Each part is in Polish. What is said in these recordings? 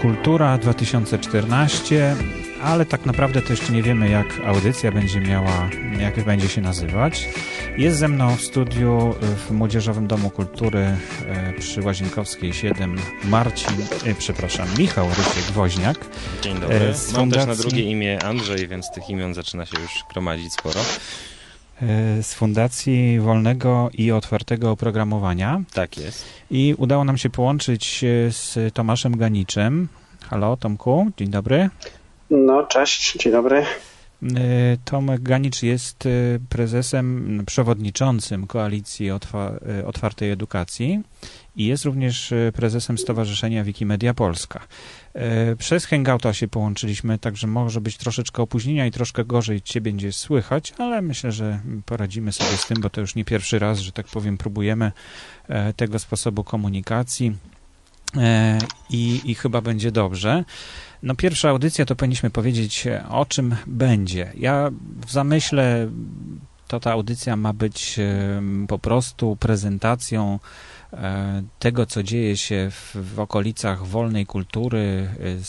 Kultura 2014, ale tak naprawdę to jeszcze nie wiemy, jak audycja będzie miała, jak będzie się nazywać. Jest ze mną w studiu w Młodzieżowym Domu Kultury przy Łazienkowskiej 7 Michał Rysiek-Woźniak. Dzień dobry. Mam też na drugie imię Andrzej, więc tych imion zaczyna się już gromadzić sporo. Z Fundacji Wolnego i Otwartego Oprogramowania. Tak jest. I udało nam się połączyć z Tomaszem Ganiczem. Halo, Tomku, dzień dobry. No, cześć, dzień dobry. Tomek Ganicz jest prezesem, przewodniczącym Koalicji Otwartej Edukacji i jest również prezesem Stowarzyszenia Wikimedia Polska. Przez Hangouta się połączyliśmy, także może być troszeczkę opóźnienia i troszkę gorzej Cię będzie słychać, ale myślę, że poradzimy sobie z tym, bo to już nie pierwszy raz, że tak powiem, próbujemy tego sposobu komunikacji i chyba będzie dobrze. No pierwsza audycja to powinniśmy powiedzieć, o czym będzie. Ja w zamyśle ta audycja ma być po prostu prezentacją tego, co dzieje się w okolicach wolnej kultury,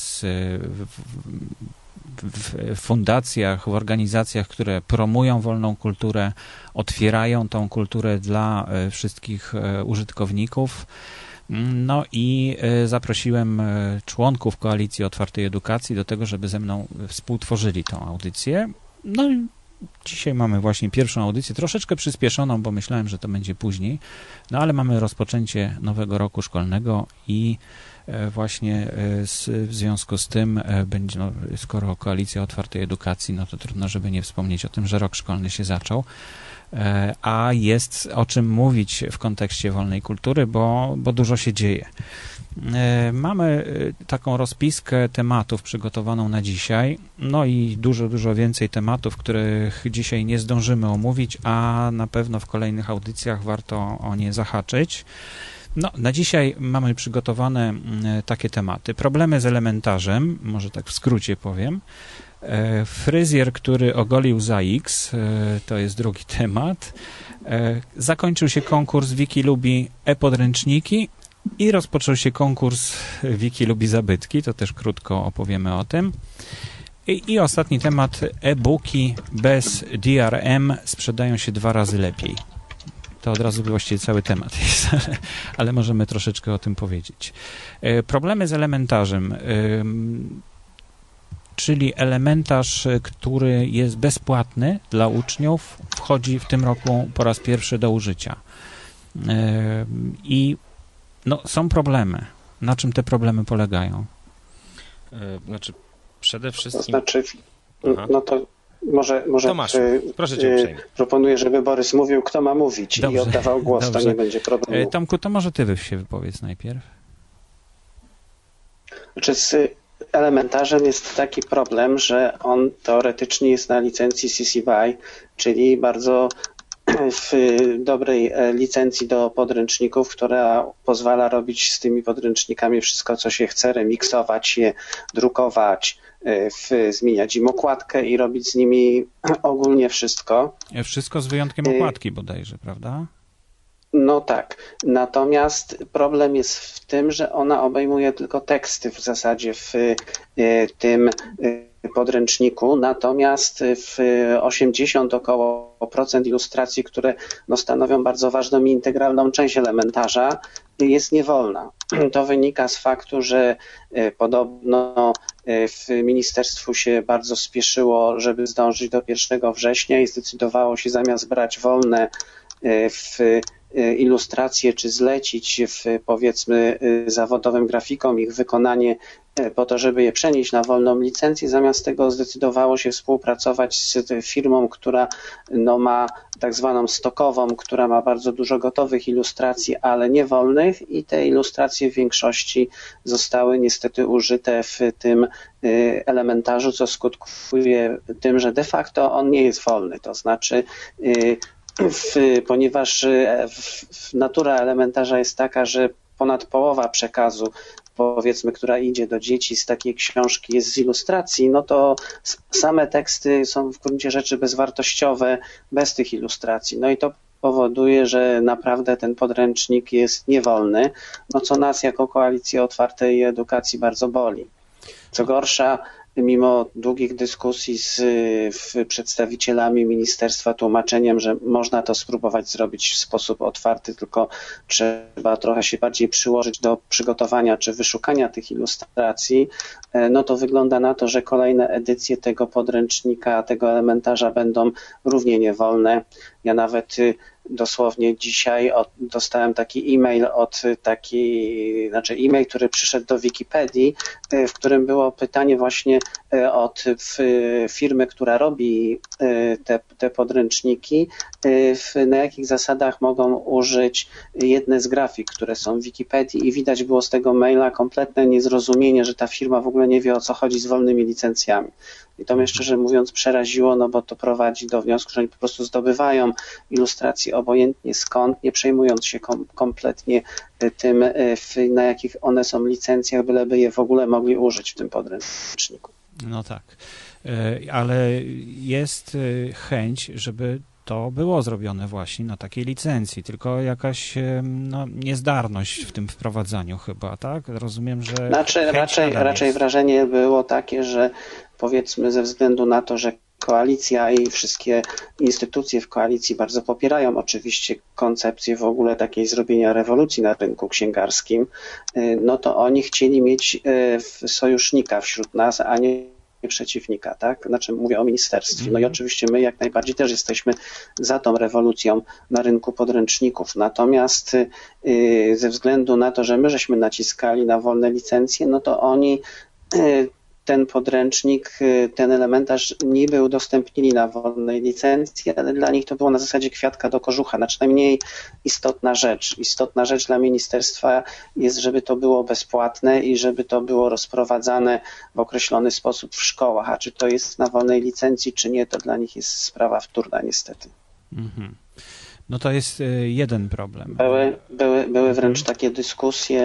w fundacjach, w organizacjach, które promują wolną kulturę, otwierają tą kulturę dla wszystkich użytkowników. No i zaprosiłem członków Koalicji Otwartej Edukacji do tego, żeby ze mną współtworzyli tą audycję. No i dzisiaj mamy właśnie pierwszą audycję, troszeczkę przyspieszoną, bo myślałem, że to będzie później, no ale mamy rozpoczęcie nowego roku szkolnego i właśnie w związku z tym będzie, no, skoro Koalicja Otwartej Edukacji, no to trudno, żeby nie wspomnieć o tym, że rok szkolny się zaczął. A jest o czym mówić w kontekście wolnej kultury, bo dużo się dzieje. Mamy taką rozpiskę tematów przygotowaną na dzisiaj, no i dużo więcej tematów, których dzisiaj nie zdążymy omówić, a na pewno w kolejnych audycjach warto o nie zahaczyć. No, na dzisiaj mamy przygotowane takie tematy. Problemy z elementarzem, może tak w skrócie powiem. Fryzjer, który ogolił za X, to jest drugi temat. Zakończył się konkurs Wiki lubi e-podręczniki i rozpoczął się konkurs Wiki lubi zabytki, to też krótko opowiemy o tym. I ostatni temat, e-booki bez DRM sprzedają się 2 razy lepiej. To od razu właściwie cały temat jest, ale możemy troszeczkę o tym powiedzieć. Problemy z elementarzem, czyli elementarz, który jest bezpłatny dla uczniów, wchodzi w tym roku po raz pierwszy do użycia. I no, są problemy. Na czym te problemy polegają? Znaczy, przede wszystkim... To znaczy, no to może Tomasz, proszę Cię uprzejmie. Proponuję, żeby Borys mówił, kto ma mówić. Dobrze, i oddawał głos, dobrze. To nie będzie problemu. Tomku, to może Ty się wypowiedz najpierw. Znaczy, z elementarzem jest taki problem, że on teoretycznie jest na licencji CC BY, czyli bardzo w dobrej licencji do podręczników, która pozwala robić z tymi podręcznikami wszystko, co się chce, remiksować je, drukować, zmieniać im okładkę i robić z nimi ogólnie wszystko. Wszystko z wyjątkiem okładki bodajże, prawda? No tak, natomiast problem jest w tym, że ona obejmuje tylko teksty w zasadzie w tym podręczniku, natomiast w 80 około procent ilustracji, które no, stanowią bardzo ważną i integralną część elementarza, jest niewolna. To wynika z faktu, że podobno w ministerstwu się bardzo spieszyło, żeby zdążyć do 1 września i zdecydowało się zamiast brać wolne w ilustracje, czy zlecić powiedzmy zawodowym grafikom ich wykonanie po to, żeby je przenieść na wolną licencję. Zamiast tego zdecydowało się współpracować z firmą, która no, ma tak zwaną stokową, która ma bardzo dużo gotowych ilustracji, ale nie wolnych i te ilustracje w większości zostały niestety użyte w tym elementarzu, co skutkuje tym, że de facto on nie jest wolny. To znaczy ponieważ natura elementarza jest taka, że ponad połowa przekazu, powiedzmy, która idzie do dzieci z takiej książki jest z ilustracji, no to same teksty są w gruncie rzeczy bezwartościowe bez tych ilustracji. No i to powoduje, że naprawdę ten podręcznik jest niewolny, no co nas jako Koalicję Otwartej Edukacji bardzo boli. Co gorsza, mimo długich dyskusji z przedstawicielami ministerstwa, tłumaczeniem, że można to spróbować zrobić w sposób otwarty, tylko trzeba trochę się bardziej przyłożyć do przygotowania czy wyszukania tych ilustracji, no to wygląda na to, że kolejne edycje tego podręcznika, tego elementarza będą równie niewolne. Ja nawet dosłownie dzisiaj dostałem taki e-mail e-mail, który przyszedł do Wikipedii, w którym było pytanie właśnie od firmy, która robi te podręczniki, na jakich zasadach mogą użyć jedne z grafik, które są w Wikipedii, i widać było z tego maila kompletne niezrozumienie, że ta firma w ogóle nie wie, o co chodzi z wolnymi licencjami. I to mnie szczerze mówiąc przeraziło, no bo to prowadzi do wniosku, że oni po prostu zdobywają ilustracje obojętnie skąd, nie przejmując się kompletnie tym, na jakich one są licencjach, byleby je w ogóle mogli użyć w tym podręczniku. No tak, ale jest chęć, żeby to było zrobione właśnie na takiej licencji, tylko jakaś niezdarność w tym wprowadzaniu chyba, tak? Rozumiem, że... Raczej wrażenie było takie, że powiedzmy ze względu na to, że koalicja i wszystkie instytucje w koalicji bardzo popierają oczywiście koncepcję w ogóle takiej zrobienia rewolucji na rynku księgarskim, no to oni chcieli mieć sojusznika wśród nas, a nie przeciwnika, tak? Znaczy mówię o ministerstwie. No i oczywiście my jak najbardziej też jesteśmy za tą rewolucją na rynku podręczników. Natomiast ze względu na to, że my żeśmy naciskali na wolne licencje, no to oni ten podręcznik, ten elementarz niby udostępnili na wolnej licencji, ale dla nich to było na zasadzie kwiatka do kożucha. Znaczy najmniej istotna rzecz. Istotna rzecz dla ministerstwa jest, żeby to było bezpłatne i żeby to było rozprowadzane w określony sposób w szkołach. A czy to jest na wolnej licencji, czy nie, to dla nich jest sprawa wtórna niestety. Mhm. No to jest jeden problem. Były wręcz takie dyskusje,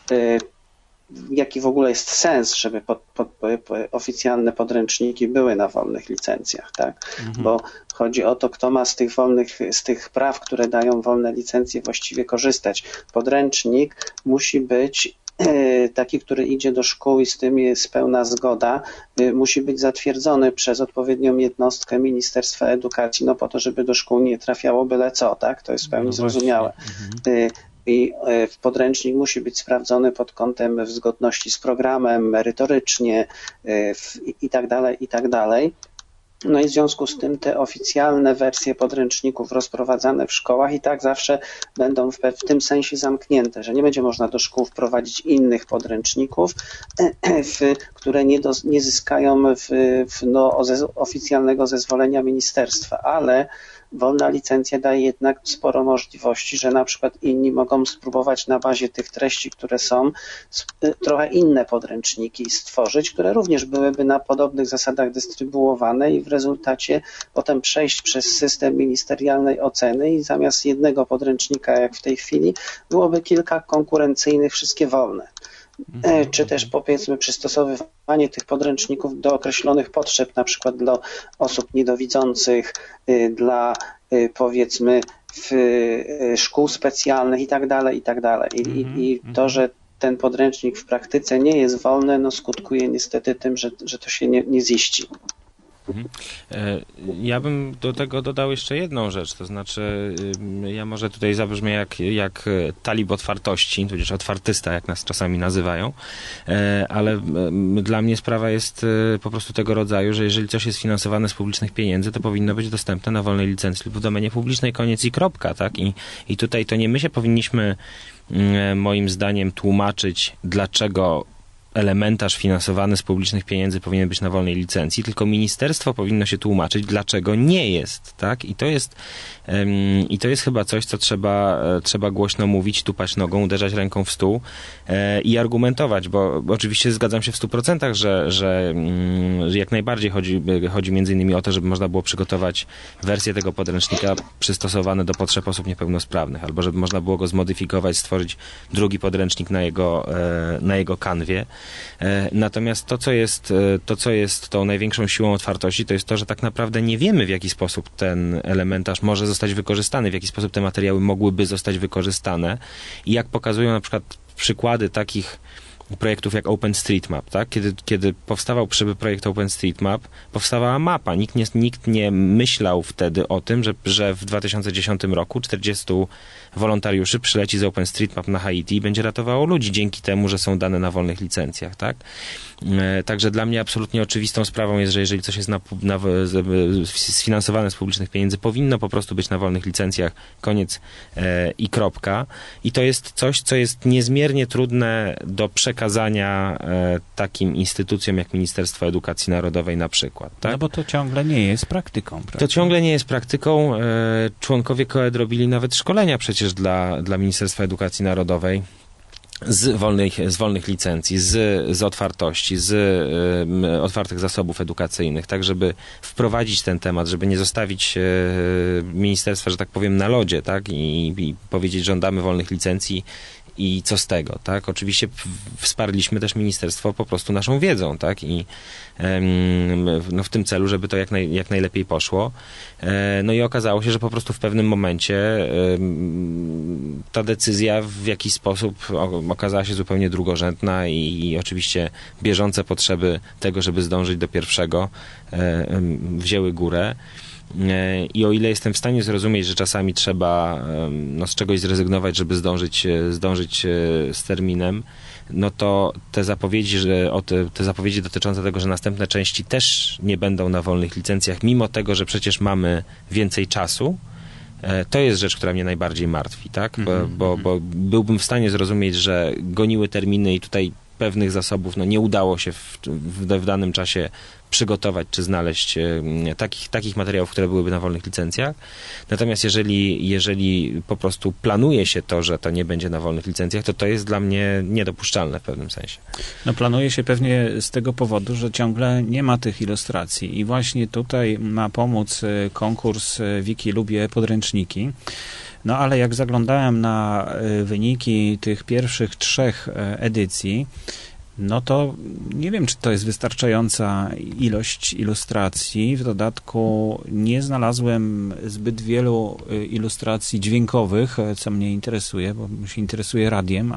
jaki w ogóle jest sens, żeby oficjalne podręczniki były na wolnych licencjach, tak? Bo chodzi o to, kto ma z tych praw, które dają wolne licencje, właściwie korzystać. Podręcznik musi być taki, który idzie do szkół i z tym jest pełna zgoda, musi być zatwierdzony przez odpowiednią jednostkę Ministerstwa Edukacji, no po to, żeby do szkół nie trafiało byle co, tak? To jest w pełni zrozumiałe. I podręcznik musi być sprawdzony pod kątem zgodności z programem, merytorycznie i tak dalej. No i w związku z tym te oficjalne wersje podręczników rozprowadzane w szkołach i tak zawsze będą w tym sensie zamknięte, że nie będzie można do szkół wprowadzić innych podręczników, które nie zyskają oficjalnego zezwolenia ministerstwa, ale wolna licencja daje jednak sporo możliwości, że na przykład inni mogą spróbować na bazie tych treści, które są, trochę inne podręczniki stworzyć, które również byłyby na podobnych zasadach dystrybuowane i w rezultacie potem przejść przez system ministerialnej oceny i zamiast jednego podręcznika, jak w tej chwili, byłoby kilka konkurencyjnych, wszystkie wolne. Czy też powiedzmy przystosowywanie tych podręczników do określonych potrzeb, na przykład dla osób niedowidzących, dla powiedzmy szkół specjalnych i tak dalej. I to, że ten podręcznik w praktyce nie jest wolny, no skutkuje niestety tym, że to się nie ziści. Ja bym do tego dodał jeszcze jedną rzecz, to znaczy ja może tutaj zabrzmię jak talib otwartości, tudzież otwartysta, jak nas czasami nazywają, ale dla mnie sprawa jest po prostu tego rodzaju, że jeżeli coś jest finansowane z publicznych pieniędzy, to powinno być dostępne na wolnej licencji lub w domenie publicznej, koniec i kropka, tak? I tutaj to nie my się powinniśmy moim zdaniem tłumaczyć, dlaczego elementarz finansowany z publicznych pieniędzy powinien być na wolnej licencji, tylko ministerstwo powinno się tłumaczyć, dlaczego nie jest, tak? I to jest chyba coś, co trzeba głośno mówić, tupać nogą, uderzać ręką w stół i argumentować, bo oczywiście zgadzam się w 100%, że jak najbardziej chodzi między innymi o to, żeby można było przygotować wersję tego podręcznika przystosowane do potrzeb osób niepełnosprawnych, albo żeby można było go zmodyfikować, stworzyć drugi podręcznik na jego kanwie. Natomiast to, co jest tą największą siłą otwartości, to jest to, że tak naprawdę nie wiemy, w jaki sposób ten elementarz może zostać wykorzystany, w jaki sposób te materiały mogłyby zostać wykorzystane i jak pokazują na przykład przykłady takich projektów jak OpenStreetMap, tak? Kiedy powstawał projekt OpenStreetMap, powstawała mapa. Nikt nie myślał wtedy o tym, że w 2010 roku 40 wolontariuszy przyleci z OpenStreetMap na Haiti i będzie ratowało ludzi dzięki temu, że są dane na wolnych licencjach, tak? Także dla mnie absolutnie oczywistą sprawą jest, że jeżeli coś jest sfinansowane z publicznych pieniędzy, powinno po prostu być na wolnych licencjach, koniec i kropka. I to jest coś, co jest niezmiernie trudne do przekazania takim instytucjom jak Ministerstwo Edukacji Narodowej na przykład. Tak? No bo to ciągle nie jest praktyką. Prawda? To ciągle nie jest praktyką. Członkowie KOED robili nawet szkolenia przecież dla Ministerstwa Edukacji Narodowej z wolnych licencji, z otwartości, z otwartych zasobów edukacyjnych, tak żeby wprowadzić ten temat, żeby nie zostawić ministerstwa, że tak powiem, na lodzie, tak, i powiedzieć, że żądamy wolnych licencji i co z tego, tak? Oczywiście wsparliśmy też ministerstwo po prostu naszą wiedzą, tak? I no w tym celu, żeby to jak najlepiej poszło. No i okazało się, że po prostu w pewnym momencie ta decyzja w jakiś sposób okazała się zupełnie drugorzędna i oczywiście bieżące potrzeby tego, żeby zdążyć do pierwszego, wzięły górę. I o ile jestem w stanie zrozumieć, że czasami trzeba z czegoś zrezygnować, żeby zdążyć z terminem, no to te zapowiedzi dotyczące tego, że następne części też nie będą na wolnych licencjach, mimo tego, że przecież mamy więcej czasu, to jest rzecz, która mnie najbardziej martwi, tak? Bo byłbym w stanie zrozumieć, że goniły terminy i tutaj pewnych zasobów nie udało się w danym czasie przygotować czy znaleźć takich materiałów, które byłyby na wolnych licencjach. Natomiast jeżeli po prostu planuje się to, że to nie będzie na wolnych licencjach, to jest dla mnie niedopuszczalne w pewnym sensie. No planuje się pewnie z tego powodu, że ciągle nie ma tych ilustracji i właśnie tutaj ma pomóc konkurs Wiki Lubię Podręczniki. No ale jak zaglądałem na wyniki tych pierwszych 3 edycji, no to nie wiem, czy to jest wystarczająca ilość ilustracji. W dodatku nie znalazłem zbyt wielu ilustracji dźwiękowych, co mnie interesuje, bo się interesuje radiem,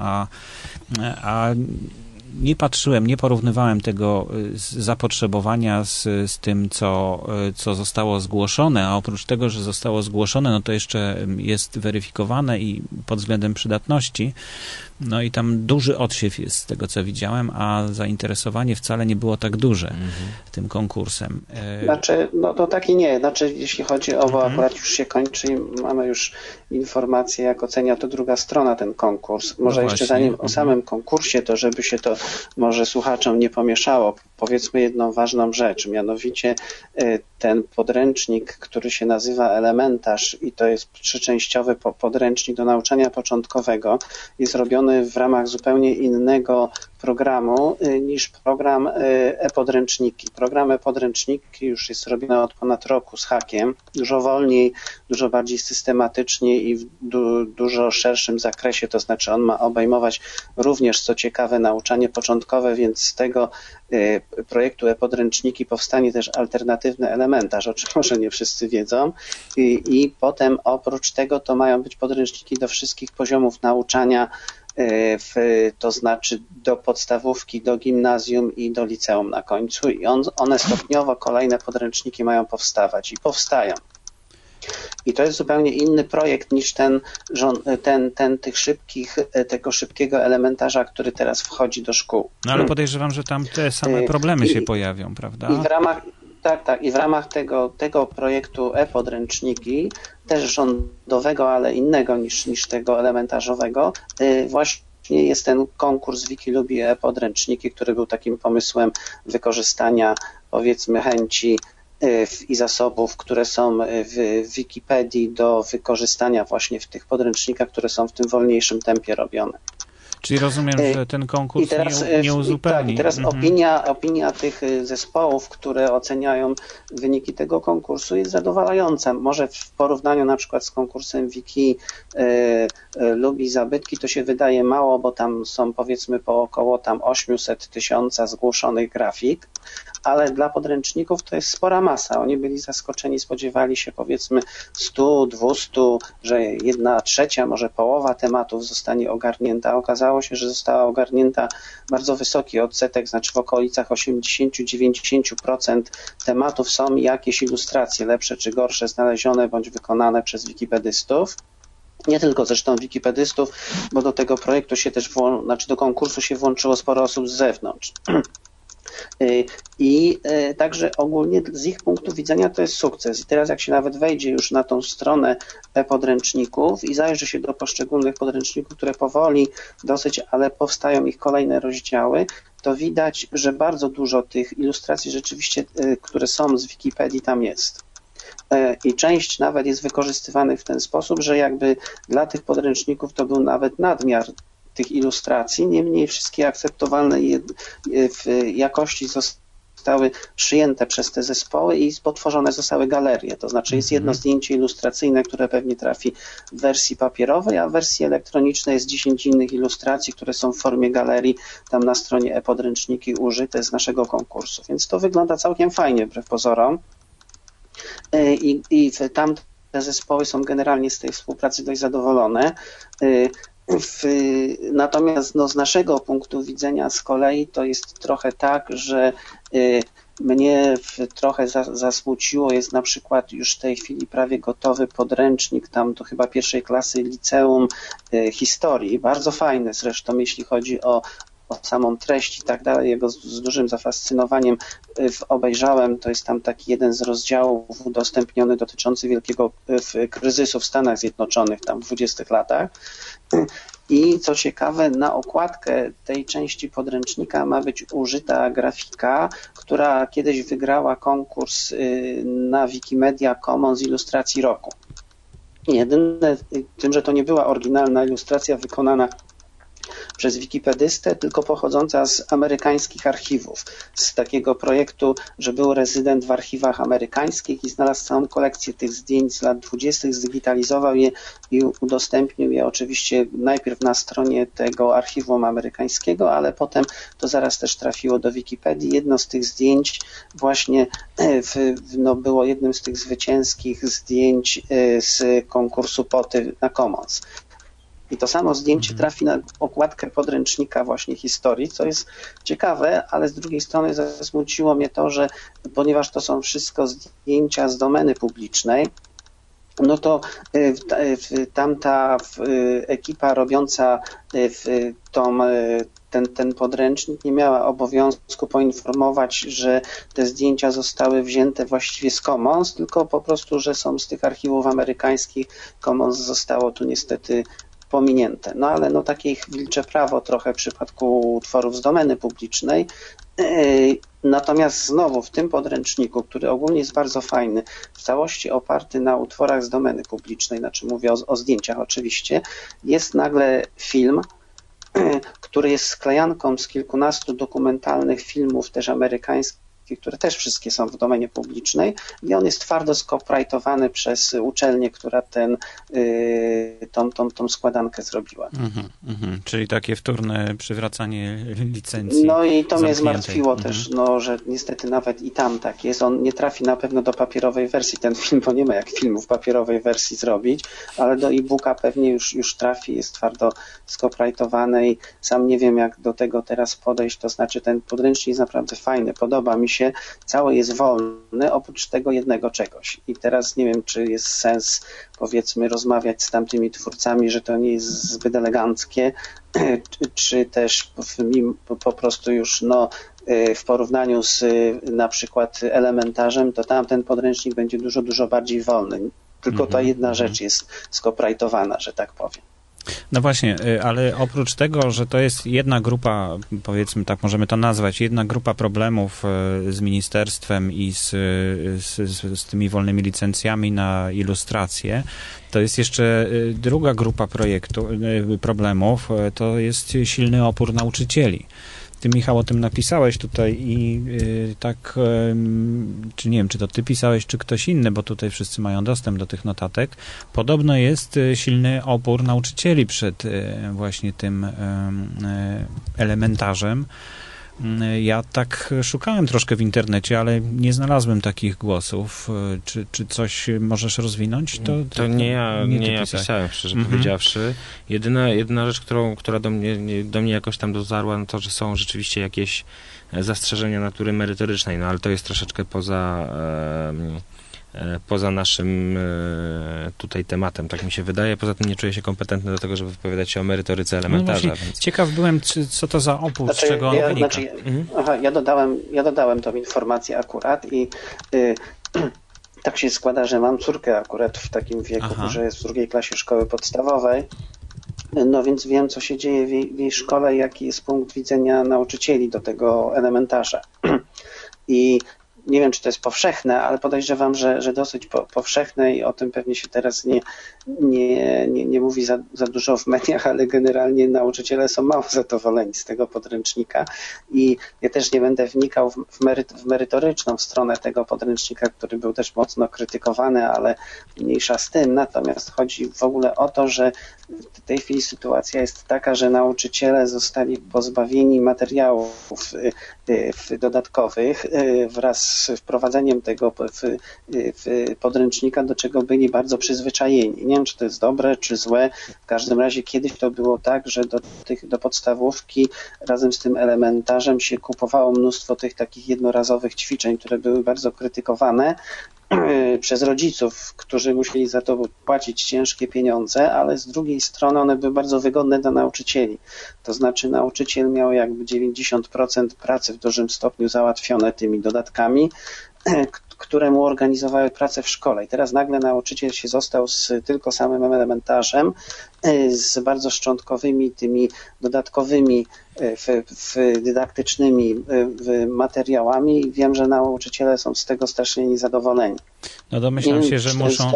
a nie patrzyłem, nie porównywałem tego zapotrzebowania z tym, co zostało zgłoszone, a oprócz tego, że zostało zgłoszone, no to jeszcze jest weryfikowane i pod względem przydatności. No i tam duży odsiew jest z tego, co widziałem, a zainteresowanie wcale nie było tak duże tym konkursem. Znaczy, no to tak i nie. Znaczy, jeśli chodzi o, bo akurat już się kończy i mamy już informację, jak ocenia to druga strona ten konkurs. Może jeszcze zanim o samym konkursie, to żeby się to może słuchaczom nie pomieszało, powiedzmy jedną ważną rzecz, mianowicie ten podręcznik, który się nazywa Elementarz i to jest 3-częściowy podręcznik do nauczania początkowego, jest robiony w ramach zupełnie innego programu niż program e-podręczniki. Program e-podręczniki już jest robiony od ponad roku z hakiem, dużo wolniej, dużo bardziej systematycznie i w dużo szerszym zakresie, to znaczy on ma obejmować również, co ciekawe, nauczanie początkowe, więc z tego projektu e-podręczniki powstanie też alternatywny elementarz, o czym może nie wszyscy wiedzą i potem oprócz tego to mają być podręczniki do wszystkich poziomów nauczania, to znaczy do podstawówki, do gimnazjum i do liceum na końcu i one stopniowo, kolejne podręczniki mają powstawać i powstają. I to jest zupełnie inny projekt niż tego szybkiego elementarza, który teraz wchodzi do szkół. No ale podejrzewam, że tam te same problemy się pojawią, prawda? I w ramach tego projektu e-podręczniki, też rządowego, ale innego niż tego elementarzowego, właśnie jest ten konkurs Wiki Lubi e-podręczniki, który był takim pomysłem wykorzystania, powiedzmy, chęci i zasobów, które są w Wikipedii do wykorzystania właśnie w tych podręcznikach, które są w tym wolniejszym tempie robione. Czyli rozumiem, że ten konkurs nie uzupełni. Tak, i teraz opinia tych zespołów, które oceniają wyniki tego konkursu, jest zadowalająca. Może w porównaniu na przykład z konkursem Wiki lubi zabytki to się wydaje mało, bo tam są powiedzmy po około tam 800 000 zgłoszonych grafik, ale dla podręczników to jest spora masa. Oni byli zaskoczeni, spodziewali się powiedzmy 100, 200, że 1/3, może połowa tematów zostanie ogarnięta. Okazało się, że została ogarnięta bardzo wysoki odsetek, znaczy w okolicach 80-90% tematów są jakieś ilustracje lepsze czy gorsze znalezione bądź wykonane przez wikipedystów. Nie tylko zresztą wikipedystów, bo do tego projektu się też, do konkursu się włączyło sporo osób z zewnątrz. I także ogólnie z ich punktu widzenia to jest sukces. I teraz jak się nawet wejdzie już na tą stronę e-podręczników i zajrzy się do poszczególnych podręczników, które powoli dosyć, ale powstają ich kolejne rozdziały, to widać, że bardzo dużo tych ilustracji rzeczywiście, które są z Wikipedii, tam jest. I część nawet jest wykorzystywanych w ten sposób, że jakby dla tych podręczników to był nawet nadmiar tych ilustracji, niemniej wszystkie akceptowalne w jakości zostały przyjęte przez te zespoły i potworzone zostały galerie. To znaczy jest jedno zdjęcie ilustracyjne, które pewnie trafi w wersji papierowej, a w wersji elektronicznej jest 10 innych ilustracji, które są w formie galerii tam na stronie e-podręczniki użyte z naszego konkursu. Więc to wygląda całkiem fajnie wbrew pozorom. I tamte zespoły są generalnie z tej współpracy dość zadowolone. Natomiast z naszego punktu widzenia z kolei to jest trochę tak, że mnie trochę zasmuciło, jest na przykład już w tej chwili prawie gotowy podręcznik tam do chyba 1. klasy liceum historii, bardzo fajny zresztą, jeśli chodzi o samą treść i tak dalej, jego z dużym zafascynowaniem obejrzałem, to jest tam taki jeden z rozdziałów udostępniony dotyczący wielkiego kryzysu w Stanach Zjednoczonych tam w 20 latach. I co ciekawe, na okładkę tej części podręcznika ma być użyta grafika, która kiedyś wygrała konkurs na Wikimedia Commons ilustracji roku. Jedyne tym, że to nie była oryginalna ilustracja wykonana przez wikipedystę, tylko pochodząca z amerykańskich archiwów, z takiego projektu, że był rezydent w archiwach amerykańskich i znalazł całą kolekcję tych zdjęć z lat 20., zdigitalizował je i udostępnił je oczywiście najpierw na stronie tego archiwum amerykańskiego, ale potem to zaraz też trafiło do Wikipedii. Jedno z tych zdjęć właśnie było jednym z tych zwycięskich zdjęć z konkursu POTY na Commons. I to samo zdjęcie trafi na okładkę podręcznika właśnie historii, co jest ciekawe, ale z drugiej strony zasmuciło mnie to, że ponieważ to są wszystko zdjęcia z domeny publicznej, no to tamta ekipa robiąca ten podręcznik nie miała obowiązku poinformować, że te zdjęcia zostały wzięte właściwie z Commons, tylko po prostu, że są z tych archiwów amerykańskich. Commons zostało tu niestety pominięte. No ale takie ich wilcze prawo trochę w przypadku utworów z domeny publicznej. Natomiast znowu w tym podręczniku, który ogólnie jest bardzo fajny, w całości oparty na utworach z domeny publicznej, znaczy mówię o zdjęciach oczywiście, jest nagle film, który jest sklejanką z kilkunastu dokumentalnych filmów też amerykańskich, które też wszystkie są w domenie publicznej i on jest twardo skopyrajtowany przez uczelnię, która tą składankę zrobiła. Czyli takie wtórne przywracanie licencji. No i to mnie zmartwiło też, że niestety nawet i tam tak jest. On nie trafi na pewno do papierowej wersji, ten film, bo nie ma jak filmu w papierowej wersji zrobić, ale do e-booka pewnie już trafi, jest twardo skopyrajtowany i sam nie wiem, jak do tego teraz podejść, to znaczy ten podręcznik jest naprawdę fajny, podoba mi się, cały jest wolny, oprócz tego jednego czegoś. I teraz nie wiem, czy jest sens, powiedzmy, rozmawiać z tamtymi twórcami, że to nie jest zbyt eleganckie, czy też po prostu już w porównaniu z na przykład Elementarzem, to tamten podręcznik będzie dużo, dużo bardziej wolny. Tylko ta jedna rzecz jest skopyrajtowana, że tak powiem. No właśnie, ale oprócz tego, że to jest jedna grupa, powiedzmy tak możemy to nazwać, jedna grupa problemów z ministerstwem i z tymi wolnymi licencjami na ilustrację, to jest jeszcze druga grupa problemów, to jest silny opór nauczycieli. Ty, Michał, o tym napisałeś tutaj i tak, czy nie wiem, czy to ty pisałeś, czy ktoś inny, bo tutaj wszyscy mają dostęp do tych notatek. Podobno jest silny opór nauczycieli przed właśnie tym elementarzem. Ja tak szukałem troszkę w internecie, ale nie znalazłem takich głosów. Czy coś możesz rozwinąć? To nie ja pisałem, szczerze powiedziawszy. Jedyna rzecz, która do mnie jakoś tam dotarła, no to, że są rzeczywiście jakieś zastrzeżenia natury merytorycznej, no ale to jest troszeczkę poza naszym tutaj tematem, tak mi się wydaje. Poza tym nie czuję się kompetentny do tego, żeby wypowiadać się o merytoryce elementarza. No więc... Ciekaw byłem, co to za opór, z czego on wynika. Ja dodałem tą informację akurat i tak się składa, że mam córkę akurat w takim wieku, że jest w 2. klasie szkoły podstawowej. No więc wiem, co się dzieje w jej szkole, jaki jest punkt widzenia nauczycieli do tego elementarza. I nie wiem, czy to jest powszechne, ale podejrzewam, że dosyć powszechne i o tym pewnie się teraz nie mówi za dużo w mediach, ale generalnie nauczyciele są mało zadowoleni z tego podręcznika i ja też nie będę wnikał w merytoryczną stronę tego podręcznika, który był też mocno krytykowany, ale mniejsza z tym. Natomiast chodzi w ogóle o to, że w tej chwili sytuacja jest taka, że nauczyciele zostali pozbawieni materiałów dodatkowych wraz z wprowadzeniem tego podręcznika, do czego byli bardzo przyzwyczajeni. Nie wiem, czy to jest dobre, czy złe. W każdym razie kiedyś to było tak, że do podstawówki razem z tym elementarzem się kupowało mnóstwo tych takich jednorazowych ćwiczeń, które były bardzo krytykowane przez rodziców, którzy musieli za to płacić ciężkie pieniądze, ale z drugiej strony one były bardzo wygodne dla nauczycieli. To znaczy nauczyciel miał jakby 90% pracy w dużym stopniu załatwione tymi dodatkami, które mu organizowały pracę w szkole. I teraz nagle nauczyciel się został z tylko samym elementarzem, z bardzo szczątkowymi tymi dodatkowymi dydaktycznymi materiałami i wiem, że nauczyciele są z tego strasznie niezadowoleni. No domyślam się, że muszą...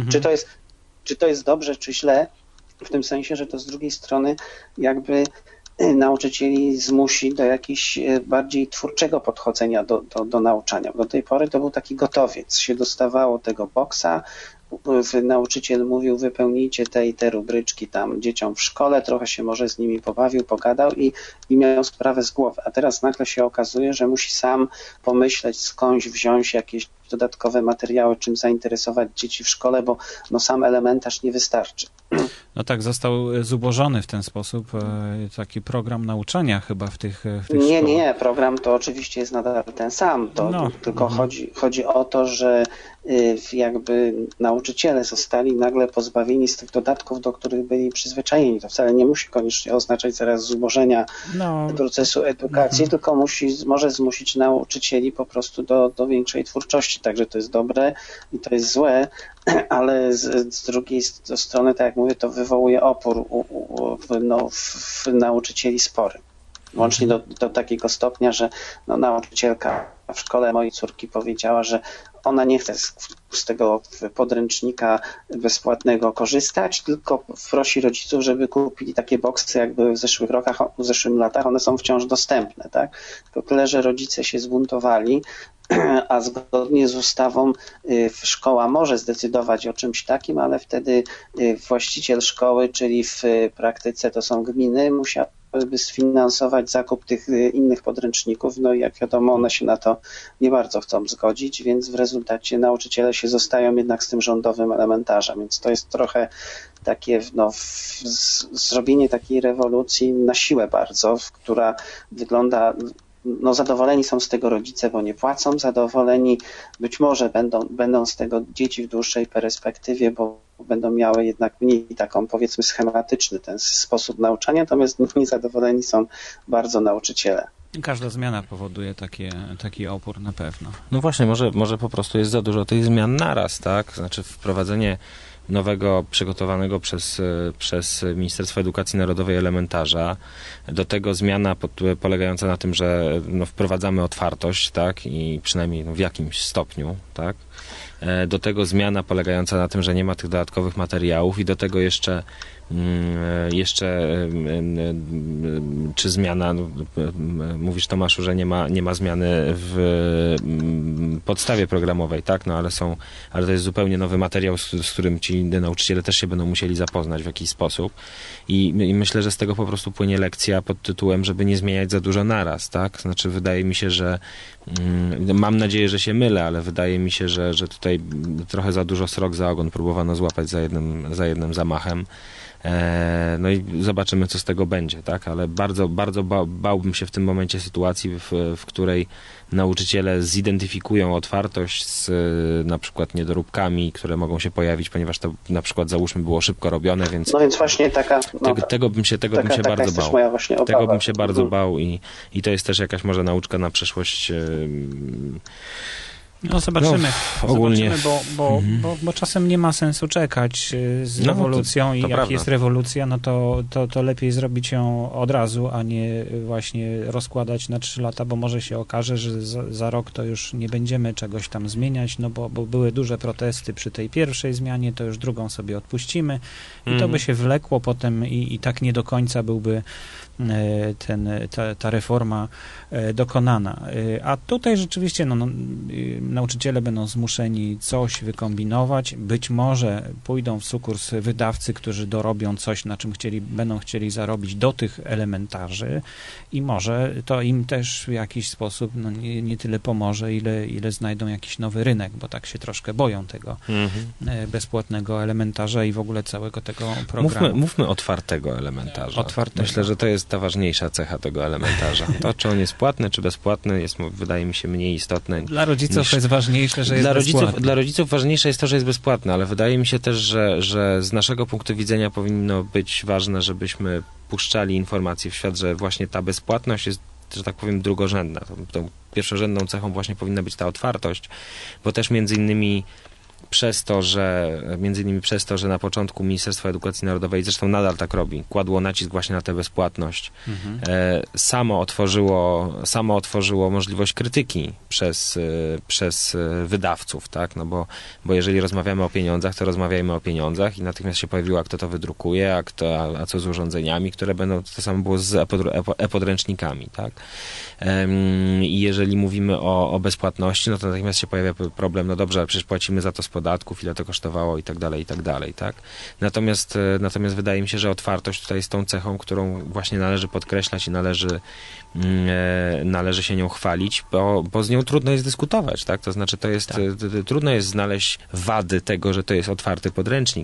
Czy to jest dobrze, czy źle, w tym sensie, że to z drugiej strony jakby nauczycieli zmusi do jakiegoś bardziej twórczego podchodzenia do nauczania. Do tej pory to był taki gotowiec. Się dostawało tego boksa, nauczyciel mówił, wypełnijcie te i te rubryczki tam dzieciom w szkole, trochę się może z nimi pobawił, pogadał i miał sprawę z głowy. A teraz nagle się okazuje, że musi sam pomyśleć, skądś wziąć jakieś dodatkowe materiały, czym zainteresować dzieci w szkole, bo sam elementarz nie wystarczy. No tak, został zubożony w ten sposób taki program nauczania chyba w tych szkołach. Nie, program to oczywiście jest nadal ten sam, tylko chodzi o to, że jakby nauczyciele zostali nagle pozbawieni z tych dodatków, do których byli przyzwyczajeni. To wcale nie musi koniecznie oznaczać zaraz zubożenia procesu edukacji, tylko może zmusić nauczycieli po prostu do większej twórczości. Także to jest dobre i to jest złe, ale z drugiej strony, tak jak mówię, to wywołuje opór w nauczycieli spory. Łącznie do takiego stopnia, że nauczycielka w szkole mojej córki powiedziała, że ona nie chce z tego podręcznika bezpłatnego korzystać, tylko prosi rodziców, żeby kupili takie boksy, jak były w zeszłych latach, one są wciąż dostępne, tak? Tylko tyle, że rodzice się zbuntowali, a zgodnie z ustawą szkoła może zdecydować o czymś takim, ale wtedy właściciel szkoły, czyli w praktyce to są gminy, musiałyby sfinansować zakup tych innych podręczników, no i jak wiadomo, one się na to nie bardzo chcą zgodzić, więc w rezultacie nauczyciele się zostają jednak z tym rządowym elementarzem, więc to jest trochę takie zrobienie takiej rewolucji na siłę bardzo, która wygląda... zadowoleni są z tego rodzice, bo nie płacą, zadowoleni być może będą z tego dzieci w dłuższej perspektywie, bo będą miały jednak mniej taką, powiedzmy, schematyczny ten sposób nauczania, natomiast niezadowoleni są bardzo nauczyciele. Każda zmiana powoduje taki opór na pewno. No właśnie, może po prostu jest za dużo tych zmian naraz, tak? Znaczy wprowadzenie nowego, przygotowanego przez Ministerstwo Edukacji Narodowej elementarza. Do tego zmiana polegająca na tym, że wprowadzamy otwartość, tak, i przynajmniej w jakimś stopniu, tak. Do tego zmiana polegająca na tym, że nie ma tych dodatkowych materiałów i do tego jeszcze czy zmiana, mówisz Tomaszu, że nie ma zmiany w podstawie programowej, tak, ale to jest zupełnie nowy materiał, z którym ci nauczyciele też się będą musieli zapoznać w jakiś sposób i myślę, że z tego po prostu płynie lekcja pod tytułem, żeby nie zmieniać za dużo naraz, tak, znaczy wydaje mi się, że mam nadzieję, że się mylę, ale wydaje mi się, że tutaj trochę za dużo srok za ogon próbowano złapać za jednym zamachem. No i zobaczymy, co z tego będzie, tak? Ale bardzo, bardzo bałbym się w tym momencie sytuacji, w której nauczyciele zidentyfikują otwartość z na przykład niedoróbkami, które mogą się pojawić, ponieważ to na przykład załóżmy było szybko robione, więc... No więc właśnie taka... Tego bym się bardzo bał. Moja właśnie obawa. Tego bym się bardzo bał i to jest też jakaś może nauczka na przyszłość. No zobaczymy, ogólnie. bo czasem nie ma sensu czekać z rewolucją i jak prawda. jest rewolucja, no to lepiej zrobić ją od razu, a nie właśnie rozkładać na 3 lata, bo może się okaże, że za rok to już nie będziemy czegoś tam zmieniać, no bo były duże protesty przy tej pierwszej zmianie, to już drugą sobie odpuścimy i to by się wlekło potem i tak nie do końca byłby ta reforma dokonana. A tutaj rzeczywiście nauczyciele będą zmuszeni coś wykombinować. Być może pójdą w sukurs wydawcy, którzy dorobią coś, na czym będą chcieli zarobić do tych elementarzy i może to im też w jakiś sposób nie tyle pomoże, ile znajdą jakiś nowy rynek, bo tak się troszkę boją tego bezpłatnego elementarza i w ogóle całego tego programu. Mówmy otwartego elementarza. Myślę, że to jest ta ważniejsza cecha tego elementarza. To, czy on jest płatny, czy bezpłatny, jest, wydaje mi się, mniej istotne. Dla rodziców jest ważniejsze, że jest bezpłatny. Dla rodziców ważniejsze jest to, że jest bezpłatny, ale wydaje mi się też, że z naszego punktu widzenia powinno być ważne, żebyśmy puszczali informacje w świat, że właśnie ta bezpłatność jest, że tak powiem, drugorzędna. Tą pierwszorzędną cechą właśnie powinna być ta otwartość, bo też między innymi przez to, że na początku Ministerstwo Edukacji Narodowej, zresztą nadal tak robi, kładło nacisk właśnie na tę bezpłatność, samo otworzyło możliwość krytyki przez wydawców, tak, no bo jeżeli rozmawiamy o pieniądzach, to rozmawiajmy o pieniądzach i natychmiast się pojawiło, kto to wydrukuje, a co z urządzeniami, które będą, to samo było z e-podręcznikami, tak. I jeżeli mówimy o bezpłatności, no to natychmiast się pojawia problem, no dobrze, ale przecież płacimy za to z podatków, ile to kosztowało i tak dalej, tak. Natomiast wydaje mi się, że otwartość tutaj jest tą cechą, którą właśnie należy podkreślać i należy się nią chwalić, bo z nią trudno jest dyskutować, tak? To znaczy trudno jest znaleźć wady tego, że to jest otwarty podręcznik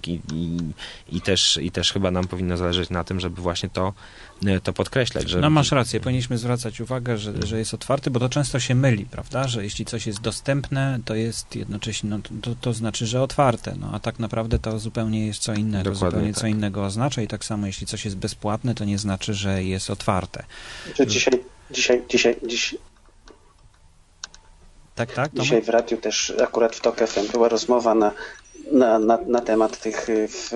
i też chyba nam powinno zależeć na tym, żeby właśnie to podkreślać. Że... No masz rację, powinniśmy zwracać uwagę, że jest otwarty, bo to często się myli, prawda, że jeśli coś jest dostępne, to jest jednocześnie, to znaczy, że otwarte, a tak naprawdę to zupełnie jest co innego, Dokładnie co innego oznacza i tak samo jeśli coś jest bezpłatne, to nie znaczy, że jest otwarte. Dzisiaj tak, dzisiaj w radiu też akurat w TOK FM była rozmowa na temat tych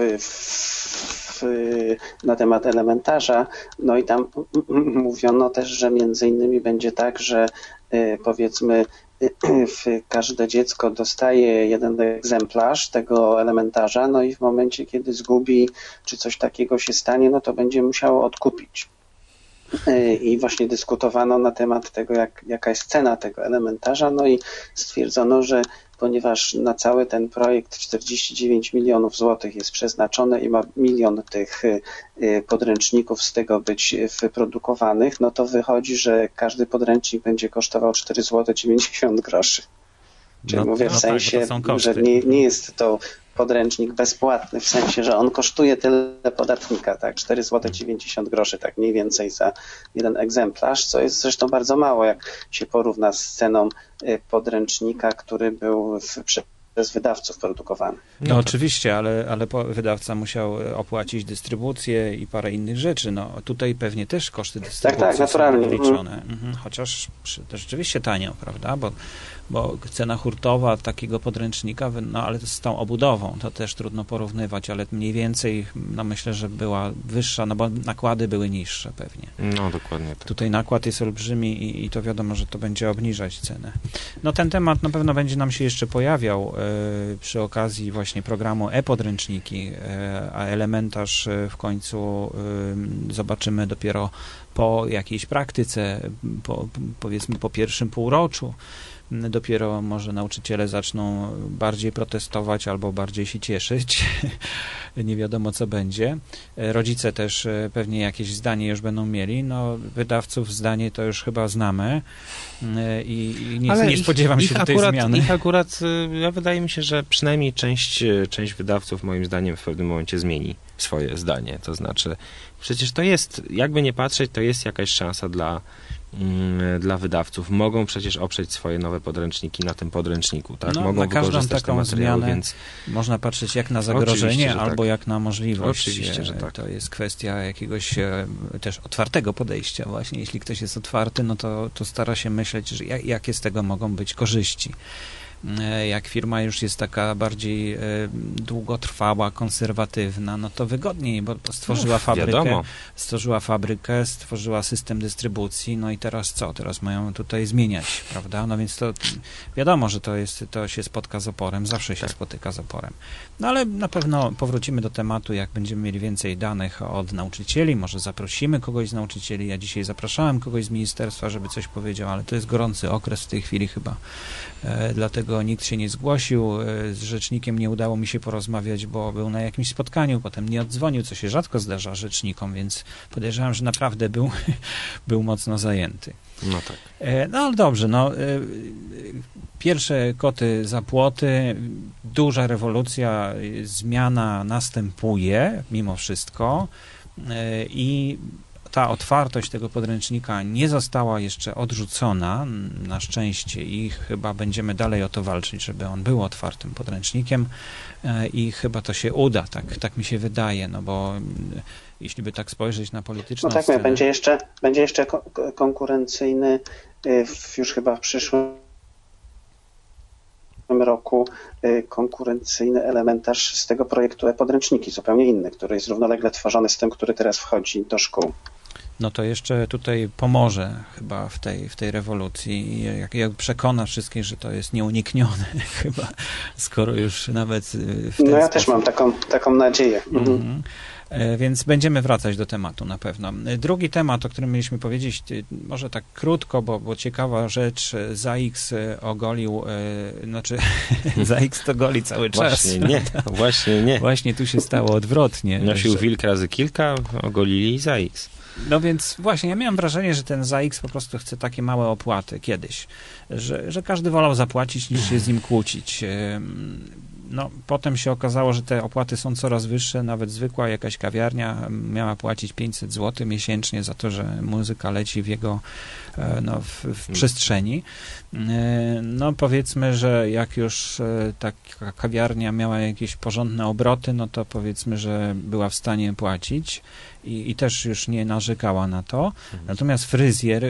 na temat elementarza, no i tam mówiono też, że między innymi będzie tak, że powiedzmy każde dziecko dostaje jeden egzemplarz tego elementarza, no i w momencie, kiedy zgubi, czy coś takiego się stanie, no to będzie musiało odkupić. I właśnie dyskutowano na temat tego, jaka jest cena tego elementarza, no i stwierdzono, że ponieważ na cały ten projekt 49 milionów złotych jest przeznaczone i ma 1 milion tych podręczników z tego być wyprodukowanych, no to wychodzi, że każdy podręcznik będzie kosztował 4 zł 90 groszy. Czyli mówię w sensie, że nie jest to podręcznik bezpłatny, w sensie, że on kosztuje tyle podatnika, tak, 4 zł 90 groszy, tak mniej więcej za jeden egzemplarz, co jest zresztą bardzo mało, jak się porówna z ceną podręcznika, który był przez wydawców produkowany. No oczywiście, ale wydawca musiał opłacić dystrybucję i parę innych rzeczy. No tutaj pewnie też koszty dystrybucji naturalnie są wliczone. Chociaż to rzeczywiście tanio, prawda? Bo cena hurtowa takiego podręcznika, no ale z tą obudową to też trudno porównywać, ale mniej więcej, no myślę, że była wyższa, no bo nakłady były niższe pewnie. No dokładnie tak. Tutaj nakład jest olbrzymi i to wiadomo, że to będzie obniżać cenę. No ten temat na pewno będzie nam się jeszcze pojawiał przy okazji właśnie programu e-podręczniki, a elementarz w końcu zobaczymy dopiero po jakiejś praktyce, powiedzmy po pierwszym półroczu. Dopiero może nauczyciele zaczną bardziej protestować albo bardziej się cieszyć. Nie wiadomo, co będzie. Rodzice też pewnie jakieś zdanie już będą mieli. No, wydawców zdanie to już chyba znamy i nie spodziewam się tej zmiany. Ich akurat, wydaje mi się, że przynajmniej część wydawców moim zdaniem w pewnym momencie zmieni swoje zdanie. To znaczy, przecież to jest, jakby nie patrzeć, to jest jakaś szansa dla wydawców. Mogą przecież oprzeć swoje nowe podręczniki na tym podręczniku, tak? No, mogą na każdą wykorzystać taką te materiały, zmianę więc można patrzeć jak na zagrożenie albo jak na możliwość. Oczywiście, że tak. To jest kwestia jakiegoś też otwartego podejścia właśnie. Jeśli ktoś jest otwarty, no to stara się myśleć, że jakie z tego mogą być korzyści. Jak firma już jest taka bardziej długotrwała, konserwatywna, no to wygodniej, bo stworzyła fabrykę, stworzyła system dystrybucji, no i teraz co? Teraz mają tutaj zmieniać, prawda? No więc to wiadomo, że to się spotka z oporem, zawsze się spotyka z oporem. No ale na pewno powrócimy do tematu, jak będziemy mieli więcej danych od nauczycieli, może zaprosimy kogoś z nauczycieli. Ja dzisiaj zapraszałem kogoś z ministerstwa, żeby coś powiedział, ale to jest gorący okres w tej chwili chyba, dlatego nikt się nie zgłosił, z rzecznikiem nie udało mi się porozmawiać, bo był na jakimś spotkaniu, potem nie oddzwonił, co się rzadko zdarza rzecznikom, więc podejrzewam, że naprawdę był mocno zajęty. No tak. No ale dobrze, pierwsze koty za płoty, duża rewolucja, zmiana następuje mimo wszystko i ta otwartość tego podręcznika nie została jeszcze odrzucona, na szczęście, i chyba będziemy dalej o to walczyć, żeby on był otwartym podręcznikiem i chyba to się uda, tak mi się wydaje, no bo jeśli by tak spojrzeć na polityczną scenę... będzie jeszcze konkurencyjny już chyba w przyszłym roku konkurencyjny elementarz z tego projektu e-podręczniki, zupełnie inny, który jest równolegle tworzony z tym, który teraz wchodzi do szkół. No to jeszcze tutaj pomoże chyba w tej rewolucji. Jak przekona wszystkich, że to jest nieuniknione chyba, skoro już nawet w ten ja też mam taką nadzieję. Więc będziemy wracać do tematu na pewno. Drugi temat, o którym mieliśmy powiedzieć, może tak krótko, bo ciekawa rzecz, ZAIX ogolił, ZAIX to goli cały czas. Właśnie nie. Właśnie tu się stało odwrotnie. Nosił wilk razy kilka, ogolili ZAIX. No więc właśnie, ja miałem wrażenie, że ten ZAIX po prostu chce takie małe opłaty kiedyś, że każdy wolał zapłacić niż się z nim kłócić. No, potem się okazało, że te opłaty są coraz wyższe, nawet zwykła jakaś kawiarnia miała płacić 500 zł miesięcznie za to, że muzyka leci w jego w przestrzeni. No powiedzmy, że jak już taka kawiarnia miała jakieś porządne obroty, no to powiedzmy, że była w stanie płacić i też już nie narzekała na to. Natomiast fryzjer,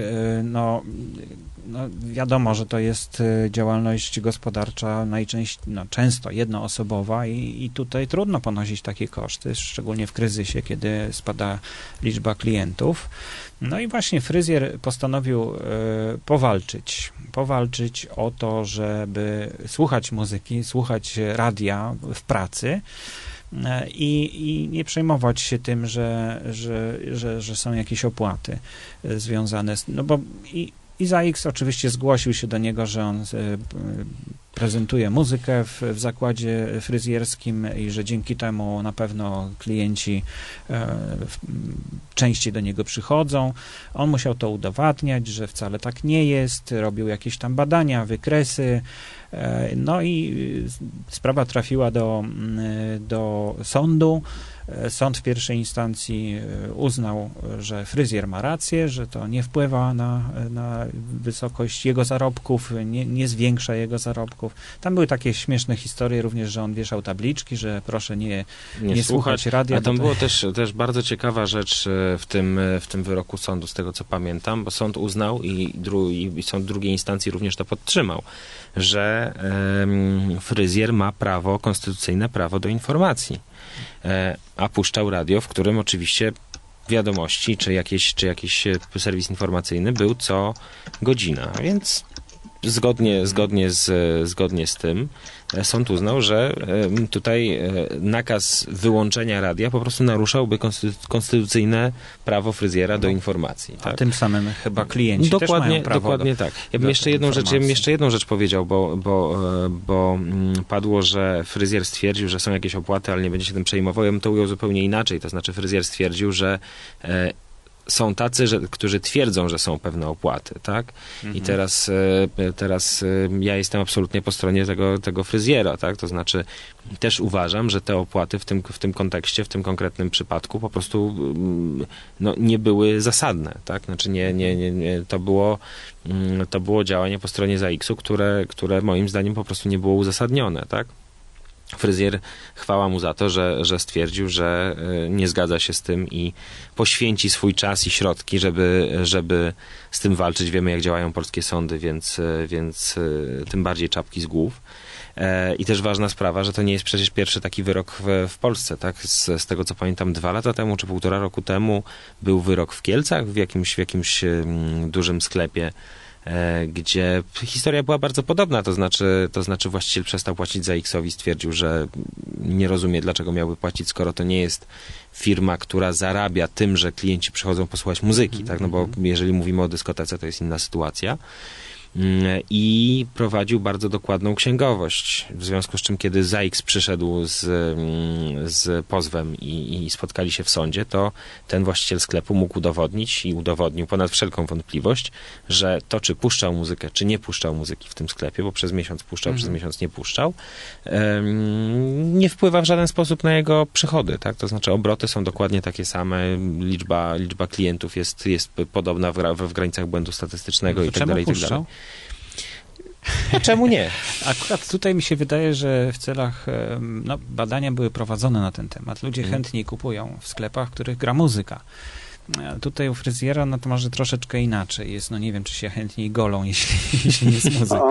wiadomo, że to jest działalność gospodarcza często jednoosobowa i tutaj trudno ponosić takie koszty, szczególnie w kryzysie, kiedy spada liczba klientów. No i właśnie fryzjer postanowił powalczyć o to, żeby słuchać muzyki, słuchać radia w pracy i nie przejmować się tym, że są jakieś opłaty związane z... No bo i ZAIX oczywiście zgłosił się do niego, że on prezentuje muzykę w zakładzie fryzjerskim i że dzięki temu na pewno klienci częściej do niego przychodzą. On musiał to udowadniać, że wcale tak nie jest, robił jakieś tam badania, wykresy, no i sprawa trafiła do sądu. Sąd w pierwszej instancji uznał, że fryzjer ma rację, że to nie wpływa na wysokość jego zarobków, nie zwiększa jego zarobków, przypadków. Tam były takie śmieszne historie również, że on wieszał tabliczki, że proszę nie słuchać radia. A tam była też bardzo ciekawa rzecz w tym wyroku sądu, z tego co pamiętam, bo sąd uznał i sąd drugiej instancji również to podtrzymał, że fryzjer ma konstytucyjne prawo do informacji, a puszczał radio, w którym oczywiście wiadomości, czy jakiś serwis informacyjny był co godzina, więc zgodnie z tym sąd uznał, że tutaj nakaz wyłączenia radia po prostu naruszałby konstytucyjne prawo fryzjera do informacji. Tak? A tym samym chyba klienci też mają prawo dokładnie tak. Ja bym jeszcze jedną rzecz powiedział, bo padło, że fryzjer stwierdził, że są jakieś opłaty, ale nie będzie się tym przejmował. Ja bym to ujął zupełnie inaczej. To znaczy fryzjer stwierdził, że są tacy, którzy twierdzą, że są pewne opłaty, tak? I teraz ja jestem absolutnie po stronie tego fryzjera, tak? To znaczy też uważam, że te opłaty w tym kontekście, w tym konkretnym przypadku po prostu nie były zasadne, tak? Znaczy to było działanie po stronie ZAX-u, które moim zdaniem po prostu nie było uzasadnione, tak? Fryzjer, chwała mu za to, że stwierdził, że nie zgadza się z tym i poświęci swój czas i środki, żeby z tym walczyć. Wiemy, jak działają polskie sądy, więc tym bardziej czapki z głów. I też ważna sprawa, że to nie jest przecież pierwszy taki wyrok w Polsce, tak? Z tego, co pamiętam, 2 lata temu, czy 1,5 roku temu był wyrok w Kielcach, w jakimś dużym sklepie, gdzie historia była bardzo podobna, to znaczy właściciel przestał płacić ZAX-owi, stwierdził, że nie rozumie, dlaczego miałby płacić, skoro to nie jest firma, która zarabia tym, że klienci przychodzą posłuchać muzyki, tak? No bo jeżeli mówimy o dyskotece, to jest inna sytuacja. I prowadził bardzo dokładną księgowość, w związku z czym kiedy ZAX przyszedł z pozwem i spotkali się w sądzie, to ten właściciel sklepu mógł udowodnić i udowodnił ponad wszelką wątpliwość, że to, czy puszczał muzykę, czy nie puszczał muzyki w tym sklepie, bo przez miesiąc puszczał, przez miesiąc nie puszczał, nie wpływa w żaden sposób na jego przychody, tak? To znaczy obroty są dokładnie takie same, liczba klientów jest podobna w granicach błędu statystycznego i tak dalej, i tak dalej. A czemu nie? Akurat tutaj mi się wydaje, że w celach badania były prowadzone na ten temat. Ludzie chętniej kupują w sklepach, w których gra muzyka. Tutaj u fryzjera to może troszeczkę inaczej jest. Nie wiem, czy się chętniej golą, jeśli jest muzyka.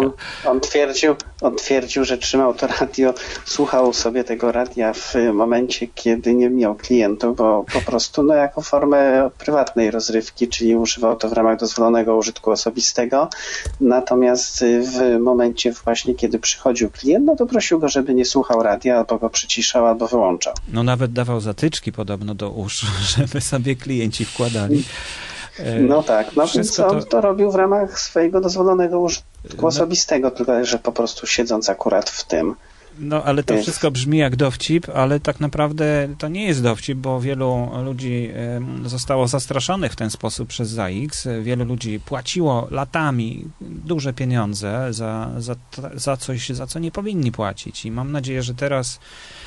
On twierdził, że trzymał to radio, słuchał sobie tego radia w momencie, kiedy nie miał klientów, bo po prostu jako formę prywatnej rozrywki, czyli używał to w ramach dozwolonego użytku osobistego. Natomiast w momencie właśnie, kiedy przychodził klient, to prosił go, żeby nie słuchał radia, albo go przyciszał, albo wyłączał. Nawet dawał zatyczki podobno do uszu, żeby sobie klienci wkładali. No tak, więc on to robił w ramach swojego dozwolonego użytku osobistego, tylko że po prostu siedząc akurat w tym. Ale to wszystko brzmi jak dowcip, ale tak naprawdę to nie jest dowcip, bo wielu ludzi zostało zastraszonych w ten sposób przez ZAX. Wielu ludzi płaciło latami duże pieniądze za coś, za co nie powinni płacić. I mam nadzieję, że teraz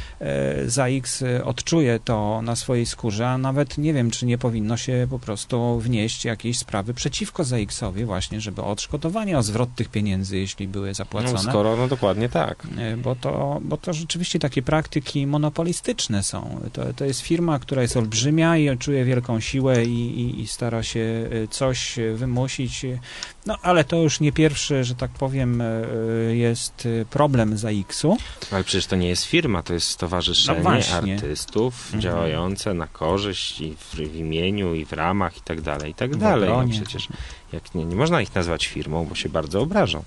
ZAX odczuje to na swojej skórze, a nawet nie wiem, czy nie powinno się po prostu wnieść jakieś sprawy przeciwko ZAX-owi właśnie, żeby o odszkodowanie, o zwrot tych pieniędzy, jeśli były zapłacone. Dokładnie tak. Bo to rzeczywiście takie praktyki monopolistyczne są. To jest firma, która jest olbrzymia i czuje wielką siłę i stara się coś wymusić. Ale to już nie pierwszy, że tak powiem, jest problem ZAX-u. Ale przecież to nie jest firma, to jest stowarzyszenie artystów działające na korzyść i w imieniu, i w ramach, i tak dalej, i tak dalej. Przecież nie można ich nazwać firmą, bo się bardzo obrażą.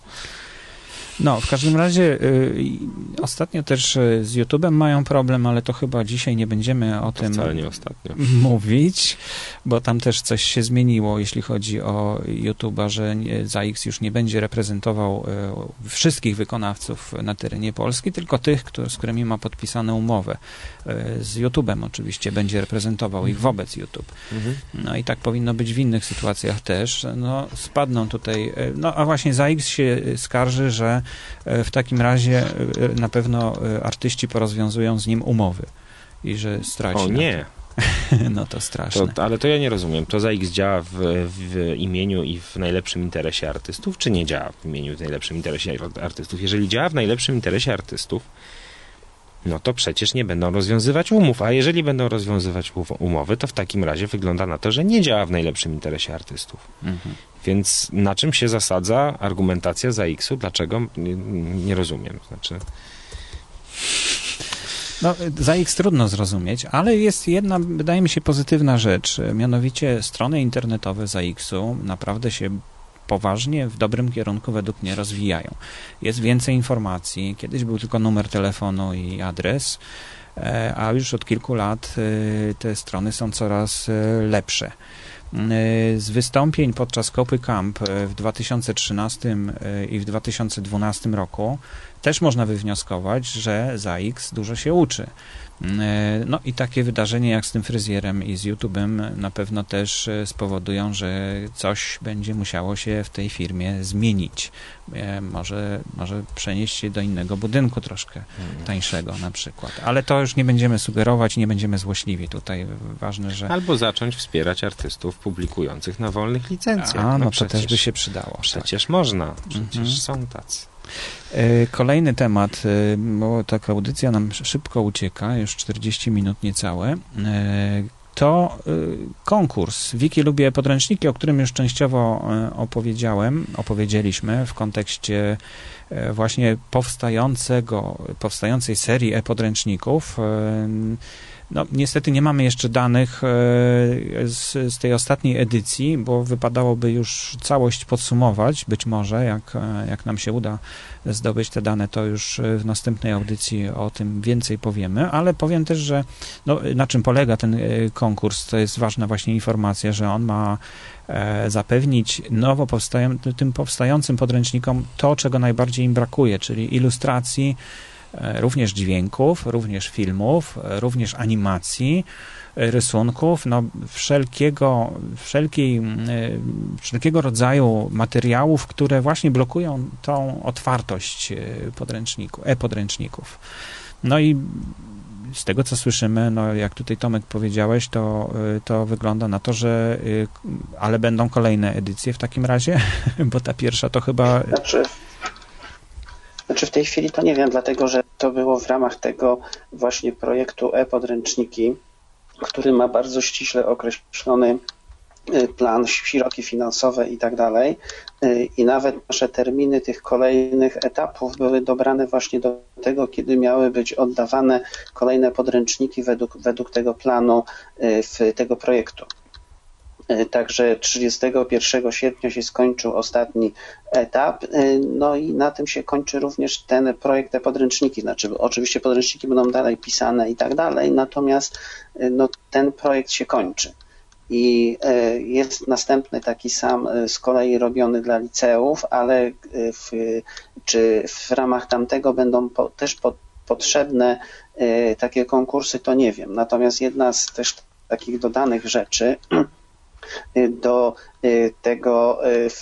W każdym razie ostatnio też z YouTube'em mają problem, ale to chyba dzisiaj nie będziemy o tym wcale nie ostatnio mówić, bo tam też coś się zmieniło, jeśli chodzi o YouTube'a, że ZAX już nie będzie reprezentował wszystkich wykonawców na terenie Polski, tylko tych, z którymi ma podpisane umowę. Z YouTube'em oczywiście będzie reprezentował ich wobec YouTube. I tak powinno być w innych sytuacjach też. Spadną tutaj, a właśnie ZAX się skarży, że w takim razie na pewno artyści porozwiązują z nim umowy i że straci. O nie, No to straszne. Ale to ja nie rozumiem. To ZAX działa w imieniu i w najlepszym interesie artystów, czy nie działa w imieniu i w najlepszym interesie artystów? Jeżeli działa w najlepszym interesie artystów, no to przecież nie będą rozwiązywać umów, a jeżeli będą rozwiązywać umowy, to w takim razie wygląda na to, że nie działa w najlepszym interesie artystów. Więc na czym się zasadza argumentacja ZAX-u? Dlaczego? Nie rozumiem. Znaczy... No, ZAX trudno zrozumieć, ale jest jedna, wydaje mi się, pozytywna rzecz. Mianowicie strony internetowe ZAX-u naprawdę się poważnie, w dobrym kierunku według mnie rozwijają. Jest więcej informacji. Kiedyś był tylko numer telefonu i adres, a już od kilku lat te strony są coraz lepsze. Z wystąpień podczas Kopy Camp w 2013 i w 2012 roku też można wywnioskować, że ZAX dużo się uczy. No i takie wydarzenie jak z tym fryzjerem i z YouTube'em na pewno też spowodują, że coś będzie musiało się w tej firmie zmienić. Może przenieść się do innego budynku troszkę tańszego na przykład. Ale to już nie będziemy sugerować, nie będziemy złośliwi. Tutaj ważne, że... Albo zacząć wspierać artystów publikujących na wolnych licencjach. No przecież, to też by się przydało. Przecież tak. Można. Przecież są tacy. Kolejny temat, bo taka audycja nam szybko ucieka, już 40 minut niecałe, to konkurs Wiki Lubię Podręczniki, o którym już częściowo opowiedzieliśmy w kontekście właśnie powstającej serii e-podręczników. No, niestety nie mamy jeszcze danych z tej ostatniej edycji, bo wypadałoby już całość podsumować, być może, jak nam się uda zdobyć te dane, to już w następnej audycji o tym więcej powiemy, ale powiem też, że na czym polega ten konkurs, to jest ważna właśnie informacja, że on ma zapewnić tym powstającym podręcznikom to, czego najbardziej im brakuje, czyli ilustracji, również dźwięków, również filmów, również animacji, rysunków, wszelkiego rodzaju materiałów, które właśnie blokują tą otwartość e-podręczników. No i z tego, co słyszymy, jak tutaj Tomek powiedziałeś, to wygląda na to, że ale będą kolejne edycje w takim razie, bo ta pierwsza to chyba... Znaczy w tej chwili to nie wiem, dlatego że to było w ramach tego właśnie projektu e-podręczniki, który ma bardzo ściśle określony plan, środki finansowe i tak dalej. I nawet nasze terminy tych kolejnych etapów były dobrane właśnie do tego, kiedy miały być oddawane kolejne podręczniki według tego planu tego projektu. Także 31 sierpnia się skończył ostatni etap, no i na tym się kończy również ten projekt podręczniki. Znaczy, oczywiście podręczniki będą dalej pisane i tak dalej, natomiast ten projekt się kończy. I jest następny taki sam z kolei robiony dla liceów, ale czy w ramach tamtego będą też potrzebne takie konkursy, to nie wiem. Natomiast jedna z też takich dodanych rzeczy do tego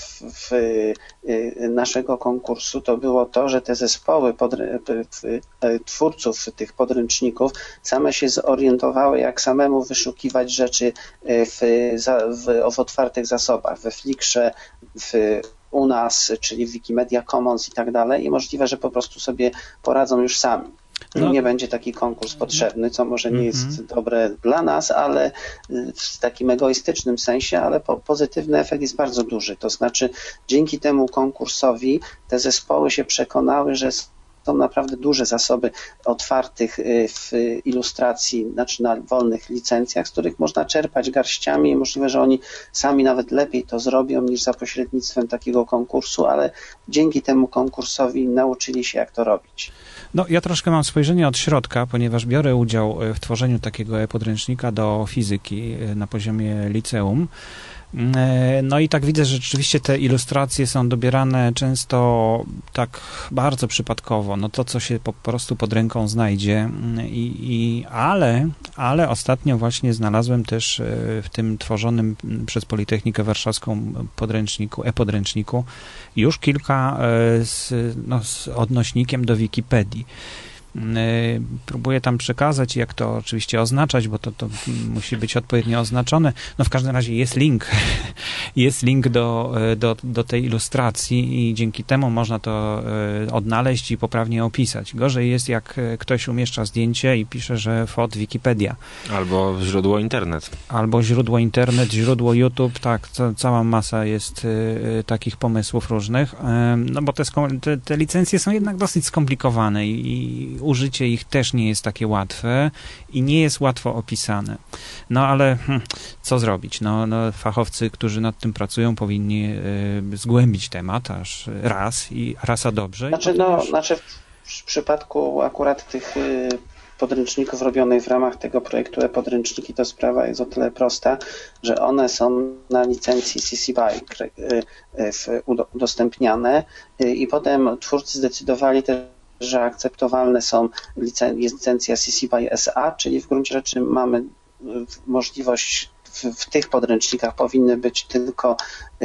naszego konkursu to było to, że te zespoły twórców tych podręczników same się zorientowały, jak samemu wyszukiwać rzeczy w otwartych zasobach, we Flickrze, u nas, czyli w Wikimedia Commons i tak dalej, i możliwe, że po prostu sobie poradzą już sami. Nie będzie taki konkurs potrzebny, co może nie jest dobre dla nas, ale w takim egoistycznym sensie, ale pozytywny efekt jest bardzo duży. To znaczy dzięki temu konkursowi te zespoły się przekonały, że są naprawdę duże zasoby otwartych w ilustracji, znaczy na wolnych licencjach, z których można czerpać garściami i możliwe, że oni sami nawet lepiej to zrobią niż za pośrednictwem takiego konkursu, ale dzięki temu konkursowi nauczyli się, jak to robić. No, ja troszkę mam spojrzenie od środka, ponieważ biorę udział w tworzeniu takiego e-podręcznika do fizyki na poziomie liceum. No i tak widzę, że rzeczywiście te ilustracje są dobierane często tak bardzo przypadkowo, to co się po prostu pod ręką znajdzie, ale ostatnio właśnie znalazłem też w tym tworzonym przez Politechnikę Warszawską e-podręczniku już kilka z odnośnikiem do Wikipedii. Próbuję tam przekazać, jak to oczywiście oznaczać, bo to musi być odpowiednio oznaczone. No w każdym razie jest link. Jest link do tej ilustracji i dzięki temu można to odnaleźć i poprawnie opisać. Gorzej jest, jak ktoś umieszcza zdjęcie i pisze, że fot Wikipedia. Albo źródło internet. Albo źródło internet, źródło YouTube, tak, cała masa jest takich pomysłów różnych, no bo te licencje są jednak dosyć skomplikowane i użycie ich też nie jest takie łatwe i nie jest łatwo opisane. No ale co zrobić? No, fachowcy, którzy nad tym pracują, powinni zgłębić temat aż raz a dobrze. Znaczy w przypadku akurat tych podręczników robionych w ramach tego projektu e-podręczniki, to sprawa jest o tyle prosta, że one są na licencji CC BY udostępniane i potem twórcy zdecydowali też, że akceptowalne jest licencja CC BY SA, czyli w gruncie rzeczy mamy możliwość w tych podręcznikach powinny być tylko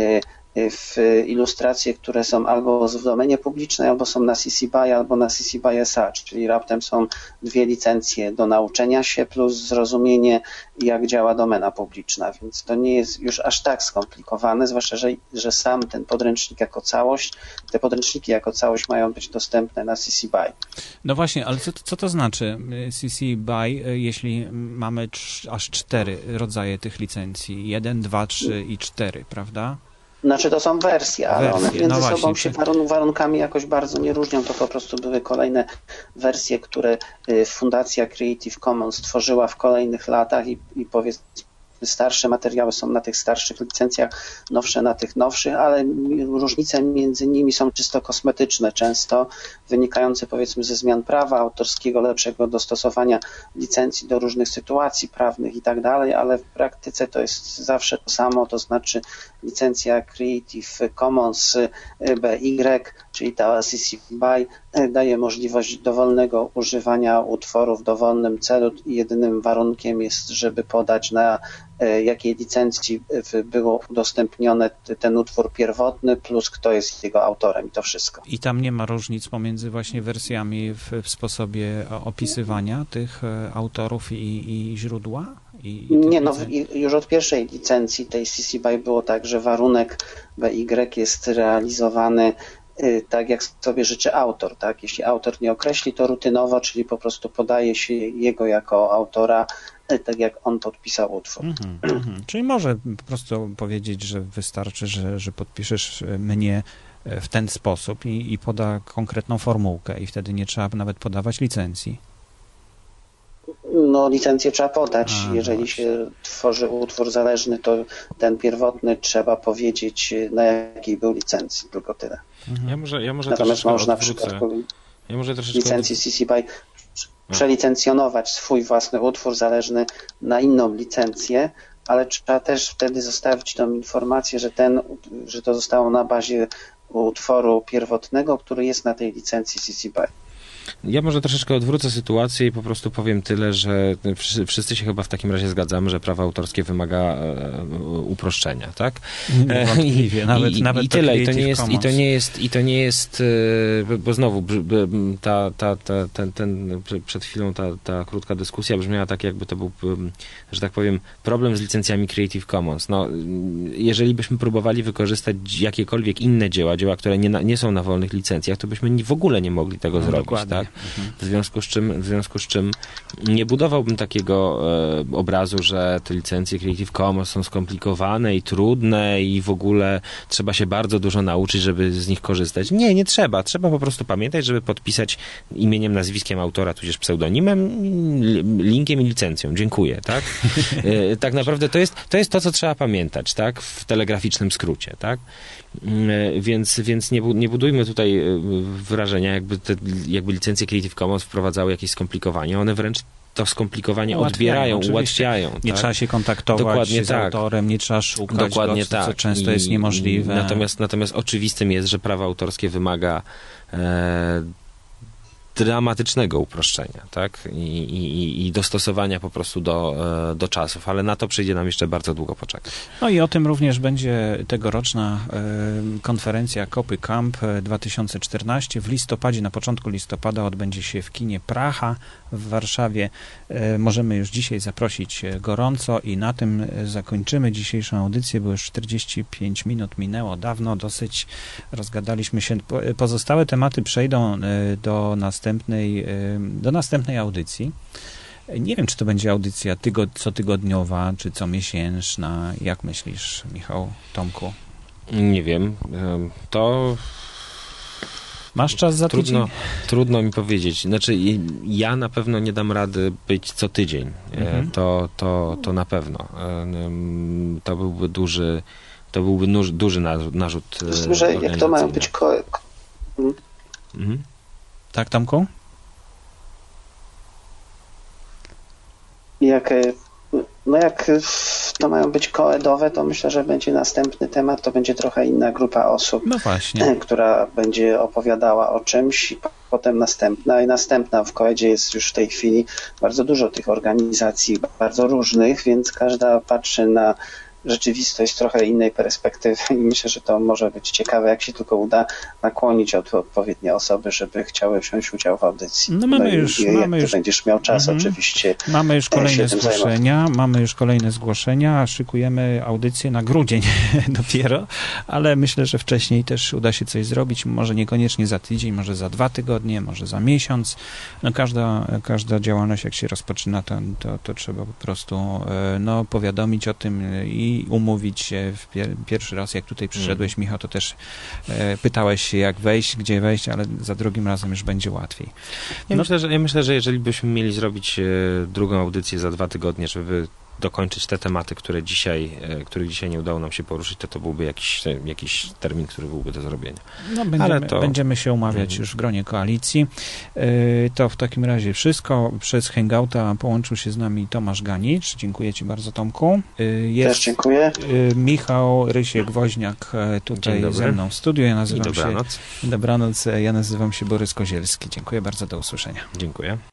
w ilustracje, które są albo w domenie publicznej, albo są na CC BY, albo na CC BY SA, czyli raptem są 2 licencje do nauczenia się plus zrozumienie, jak działa domena publiczna, więc to nie jest już aż tak skomplikowane, zwłaszcza, że sam ten podręcznik jako całość, te podręczniki jako całość mają być dostępne na CC BY. No właśnie, ale co to znaczy CC BY, jeśli mamy aż 4 rodzaje tych licencji? 1, 2, 3 i 4, prawda? Znaczy to są wersje, ale one między sobą się warunkami jakoś bardzo nie różnią. To po prostu były kolejne wersje, które Fundacja Creative Commons stworzyła w kolejnych latach i powiedzmy starsze materiały są na tych starszych licencjach, nowsze na tych nowszych, ale różnice między nimi są czysto kosmetyczne, często wynikające powiedzmy ze zmian prawa autorskiego, lepszego dostosowania licencji do różnych sytuacji prawnych i tak dalej, ale w praktyce to jest zawsze to samo, to znaczy licencja Creative Commons BY, czyli ta CC BY daje możliwość dowolnego używania utworu w dowolnym celu i jedynym warunkiem jest, żeby podać na jakiej licencji było udostępniony ten utwór pierwotny, plus kto jest jego autorem i to wszystko. I tam nie ma różnic pomiędzy właśnie wersjami w sposobie opisywania tych autorów i źródła? Nie, już od pierwszej licencji tej CC BY było tak, że warunek BY jest realizowany tak, jak sobie życzy autor. Tak? Jeśli autor nie określi, to rutynowo, czyli po prostu podaje się jego jako autora, tak jak on podpisał utwór. Czyli może po prostu powiedzieć, że wystarczy, że podpiszesz mnie w ten sposób i poda konkretną formułkę i wtedy nie trzeba nawet podawać licencji. No, licencję trzeba podać. Jeżeli się tworzy utwór zależny, to ten pierwotny trzeba powiedzieć, na jakiej był licencji, tylko tyle. Ja może Natomiast można w przypadku licencji CC BY przelicencjonować swój własny utwór zależny na inną licencję, ale trzeba też wtedy zostawić tą informację, że to zostało na bazie utworu pierwotnego, który jest na tej licencji CC BY. Ja może troszeczkę odwrócę sytuację i po prostu powiem tyle, że wszyscy się chyba w takim razie zgadzamy, że prawo autorskie wymaga uproszczenia, tak? Niewątpliwie. Nawet i tyle. I to nie jest, bo znowu przed chwilą ta krótka dyskusja brzmiała tak, jakby to był, że tak powiem, problem z licencjami Creative Commons. No, jeżeli byśmy próbowali wykorzystać jakiekolwiek inne dzieła, które nie są na wolnych licencjach, to byśmy w ogóle nie mogli tego zrobić. Dokładnie. Tak? W związku z czym nie budowałbym takiego obrazu, że te licencje Creative Commons są skomplikowane i trudne i w ogóle trzeba się bardzo dużo nauczyć, żeby z nich korzystać. Nie trzeba. Trzeba po prostu pamiętać, żeby podpisać imieniem, nazwiskiem autora, tudzież pseudonimem, linkiem i licencją. Dziękuję, tak? Tak naprawdę to jest to, co trzeba pamiętać, tak? W telegraficznym skrócie, tak? Więc nie budujmy tutaj wrażenia, jakby licencje Creative Commons wprowadzały jakieś skomplikowanie. One wręcz to skomplikowanie odbierają, ułatwiają. Nie trzeba się kontaktować z autorem, nie trzeba szukać go, co często jest niemożliwe. Natomiast oczywistym jest, że prawo autorskie wymaga dramatycznego uproszczenia, tak? I dostosowania po prostu do czasów, ale na to przyjdzie nam jeszcze bardzo długo poczekać. No i o tym również będzie tegoroczna konferencja Kopy Camp 2014. W listopadzie, na początku listopada odbędzie się w kinie Praha w Warszawie. Możemy już dzisiaj zaprosić gorąco i na tym zakończymy dzisiejszą audycję, bo już 45 minut minęło dawno, dosyć rozgadaliśmy się. Pozostałe tematy przejdą do następnej audycji. Nie wiem, czy to będzie audycja cotygodniowa, czy comiesięczna. Jak myślisz, Michał, Tomku? Nie wiem. To... Masz czas za tydzień? Trudno mi powiedzieć. Znaczy, ja na pewno nie dam rady być co tydzień. To na pewno. To byłby duży narzut. Że jak to mają być... Tak, Tomku? Jak to mają być koedowe, to myślę, że będzie następny temat, to będzie trochę inna grupa osób, no właśnie, która będzie opowiadała o czymś, i potem następna. W koedzie jest już w tej chwili bardzo dużo tych organizacji, bardzo różnych, więc każda patrzy na rzeczywistość z trochę innej perspektywy i myślę, że to może być ciekawe, jak się tylko uda nakłonić odpowiednie osoby, żeby chciały wziąć udział w audycji. Jak będziesz miał czas, oczywiście. Mamy już kolejne zgłoszenia, szykujemy audycję na grudzień dopiero, ale myślę, że wcześniej też uda się coś zrobić, może niekoniecznie za tydzień, może za 2 tygodnie, może za miesiąc. No każda działalność, jak się rozpoczyna, to trzeba po prostu powiadomić o tym i umówić się. Pierwszy raz, jak tutaj przyszedłeś, Michał, to też pytałeś się, jak wejść, gdzie wejść, ale za drugim razem już będzie łatwiej. Ja myślę, że jeżeli byśmy mieli zrobić drugą audycję za 2 tygodnie, żeby dokończyć te tematy, których dzisiaj nie udało nam się poruszyć, to byłby jakiś termin, który byłby do zrobienia. Będziemy się umawiać już w gronie koalicji. To w takim razie wszystko. Przez Hangouta połączył się z nami Tomasz Ganicz. Dziękuję Ci bardzo, Tomku. Też dziękuję. Michał Rysiek-Woźniak tutaj ze mną w studiu. Dobranoc. Ja nazywam się Borys Kozielski. Dziękuję bardzo, do usłyszenia. Dziękuję.